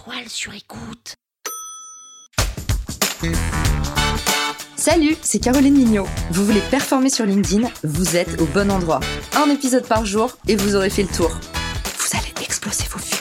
poil sur écoute. Salut, c'est Caroline Mignot. Vous voulez performer sur LinkedIn? Vous êtes au bon endroit. Un épisode par jour et vous aurez fait le tour. Vous allez exploser vos vues.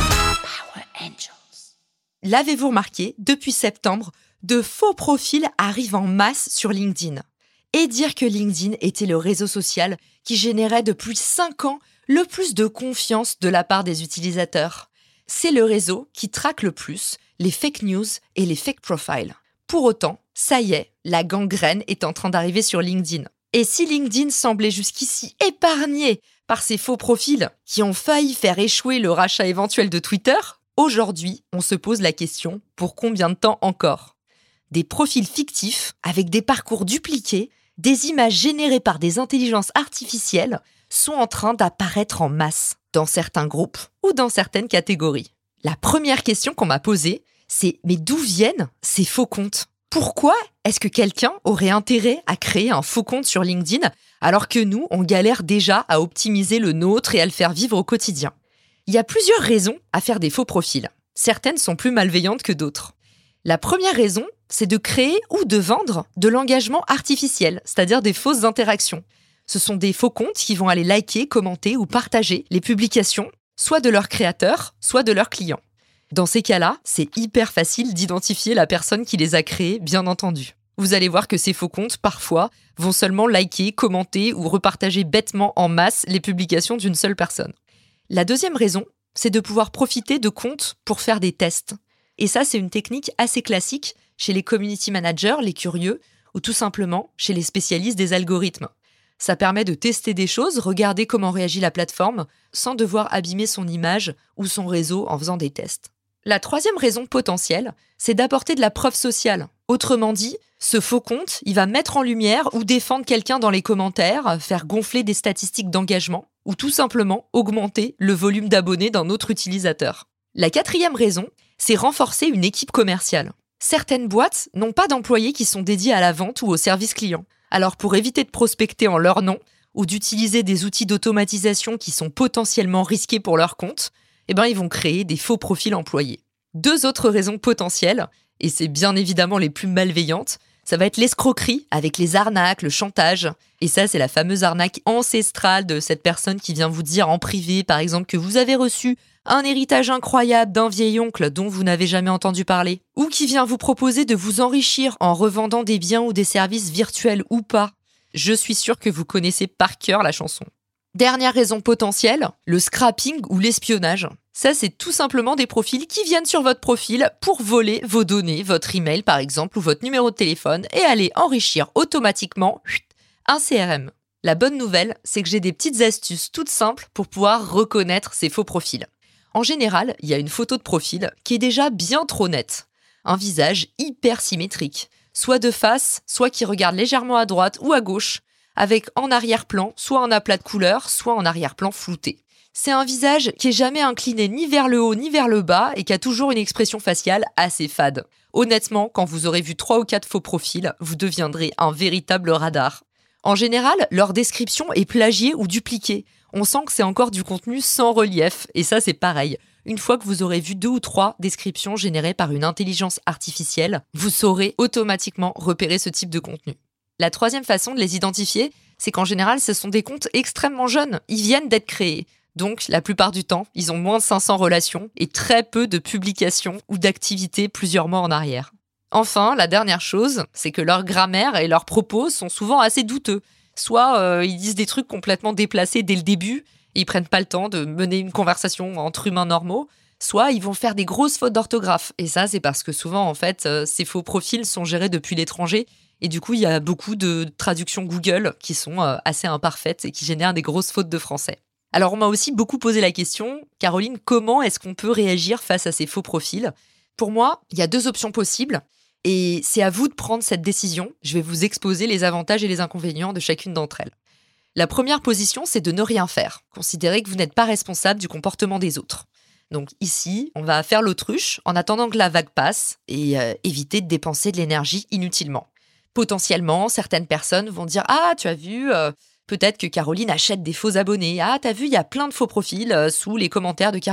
Power Angels. L'avez-vous remarqué, depuis septembre, de faux profils arrivent en masse sur LinkedIn. Et dire que LinkedIn était le réseau social qui générait depuis 5 ans le plus de confiance de la part des utilisateurs. C'est le réseau qui traque le plus les fake news et les fake profiles. Pour autant, ça y est, la gangrène est en train d'arriver sur LinkedIn. Et si LinkedIn semblait jusqu'ici épargné par ces faux profils qui ont failli faire échouer le rachat éventuel de Twitter, aujourd'hui, on se pose la question, pour combien de temps encore ? Des profils fictifs, avec des parcours dupliqués, des images générées par des intelligences artificielles sont en train d'apparaître en masse, dans certains groupes ou dans certaines catégories. La première question qu'on m'a posée, c'est « Mais d'où viennent ces faux comptes ? Pourquoi est-ce que quelqu'un aurait intérêt à créer un faux compte sur LinkedIn alors que nous, on galère déjà à optimiser le nôtre et à le faire vivre au quotidien ?» Il y a plusieurs raisons à faire des faux profils. Certaines sont plus malveillantes que d'autres. La première raison, c'est de créer ou de vendre de l'engagement artificiel, c'est-à-dire des fausses interactions. Ce sont des faux comptes qui vont aller liker, commenter ou partager les publications, soit de leurs créateurs, soit de leurs clients. Dans ces cas-là, c'est hyper facile d'identifier la personne qui les a créés, bien entendu. Vous allez voir que ces faux comptes, parfois, vont seulement liker, commenter ou repartager bêtement en masse les publications d'une seule personne. La deuxième raison, c'est de pouvoir profiter de comptes pour faire des tests. Et ça, c'est une technique assez classique chez les community managers, les curieux, ou tout simplement chez les spécialistes des algorithmes. Ça permet de tester des choses, regarder comment réagit la plateforme, sans devoir abîmer son image ou son réseau en faisant des tests. La troisième raison potentielle, c'est d'apporter de la preuve sociale. Autrement dit, ce faux compte, il va mettre en lumière ou défendre quelqu'un dans les commentaires, faire gonfler des statistiques d'engagement, ou tout simplement augmenter le volume d'abonnés d'un autre utilisateur. La quatrième raison, c'est renforcer une équipe commerciale. Certaines boîtes n'ont pas d'employés qui sont dédiés à la vente ou au service client. Alors pour éviter de prospecter en leur nom ou d'utiliser des outils d'automatisation qui sont potentiellement risqués pour leur compte, ils vont créer des faux profils employés. 2 autres raisons potentielles, et c'est bien évidemment les plus malveillantes, ça va être l'escroquerie avec les arnaques, le chantage. Et ça, c'est la fameuse arnaque ancestrale de cette personne qui vient vous dire en privé, par exemple, que vous avez reçu un héritage incroyable d'un vieil oncle dont vous n'avez jamais entendu parler, ou qui vient vous proposer de vous enrichir en revendant des biens ou des services virtuels ou pas. Je suis sûre que vous connaissez par cœur la chanson. Dernière raison potentielle, le scrapping ou l'espionnage. Ça, c'est tout simplement des profils qui viennent sur votre profil pour voler vos données, votre email par exemple, ou votre numéro de téléphone, et aller enrichir automatiquement un CRM. La bonne nouvelle, c'est que j'ai des petites astuces toutes simples pour pouvoir reconnaître ces faux profils. En général, il y a une photo de profil qui est déjà bien trop nette. Un visage hyper symétrique, soit de face, soit qui regarde légèrement à droite ou à gauche, avec en arrière-plan, soit un aplat de couleur, soit en arrière-plan flouté. C'est un visage qui est jamais incliné ni vers le haut ni vers le bas et qui a toujours une expression faciale assez fade. Honnêtement, quand vous aurez vu 3 ou 4 faux profils, vous deviendrez un véritable radar. En général, leur description est plagiée ou dupliquée. On sent que c'est encore du contenu sans relief, et ça c'est pareil. Une fois que vous aurez vu 2 ou 3 descriptions générées par une intelligence artificielle, vous saurez automatiquement repérer ce type de contenu. La troisième façon de les identifier, c'est qu'en général, ce sont des comptes extrêmement jeunes. Ils viennent d'être créés. Donc, la plupart du temps, ils ont moins de 500 relations et très peu de publications ou d'activités plusieurs mois en arrière. Enfin, la dernière chose, c'est que leur grammaire et leurs propos sont souvent assez douteux. Soit ils disent des trucs complètement déplacés dès le début, et ils prennent pas le temps de mener une conversation entre humains normaux, soit ils vont faire des grosses fautes d'orthographe. Et ça, c'est parce que souvent, en fait, ces faux profils sont gérés depuis l'étranger, et du coup, il y a beaucoup de traductions Google qui sont assez imparfaites et qui génèrent des grosses fautes de français. Alors, on m'a aussi beaucoup posé la question, Caroline, comment est-ce qu'on peut réagir face à ces faux profils ? Pour moi, il y a 2 options possibles. Et c'est à vous de prendre cette décision. Je vais vous exposer les avantages et les inconvénients de chacune d'entre elles. La première position, c'est de ne rien faire. Considérez que vous n'êtes pas responsable du comportement des autres. Donc ici, on va faire l'autruche en attendant que la vague passe et éviter de dépenser de l'énergie inutilement. Potentiellement, certaines personnes vont dire « Ah, tu as vu, peut-être que Caroline achète des faux abonnés. Ah, t'as vu, il y a plein de faux profils sous les commentaires de Caroline. »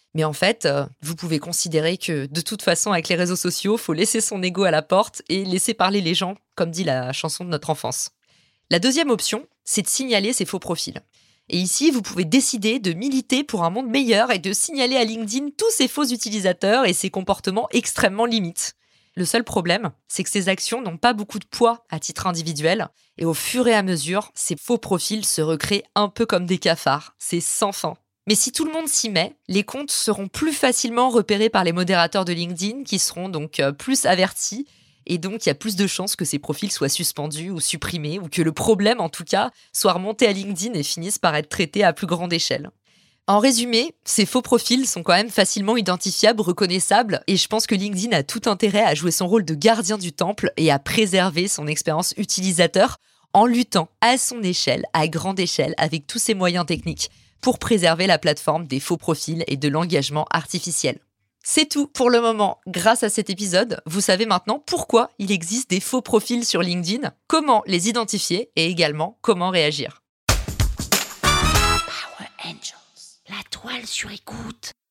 Mais en fait, vous pouvez considérer que de toute façon, avec les réseaux sociaux, faut laisser son ego à la porte et laisser parler les gens, comme dit la chanson de notre enfance. La deuxième option, c'est de signaler ces faux profils. Et ici, vous pouvez décider de militer pour un monde meilleur et de signaler à LinkedIn tous ces faux utilisateurs et ces comportements extrêmement limites. Le seul problème, c'est que ces actions n'ont pas beaucoup de poids à titre individuel et au fur et à mesure, ces faux profils se recréent un peu comme des cafards. C'est sans fin. Mais si tout le monde s'y met, les comptes seront plus facilement repérés par les modérateurs de LinkedIn qui seront donc plus avertis et donc il y a plus de chances que ces profils soient suspendus ou supprimés ou que le problème en tout cas soit remonté à LinkedIn et finisse par être traité à plus grande échelle. En résumé, ces faux profils sont quand même facilement identifiables, reconnaissables et je pense que LinkedIn a tout intérêt à jouer son rôle de gardien du temple et à préserver son expérience utilisateur en luttant à son échelle, à grande échelle, avec tous ses moyens techniques pour préserver la plateforme des faux profils et de l'engagement artificiel. C'est tout pour le moment. Grâce à cet épisode, vous savez maintenant pourquoi il existe des faux profils sur LinkedIn, comment les identifier et également comment réagir. Power Angels. La toile sur écoute.